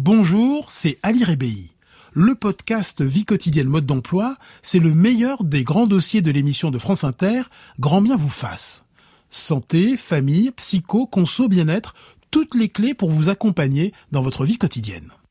Bonjour, c'est Ali Rebéi. Le podcast Vie quotidienne mode d'emploi, c'est le meilleur des grands dossiers de l'émission de France Inter, Grand bien vous fasse. Santé, famille, psycho, conso, bien-être, toutes les clés pour vous accompagner dans votre vie quotidienne.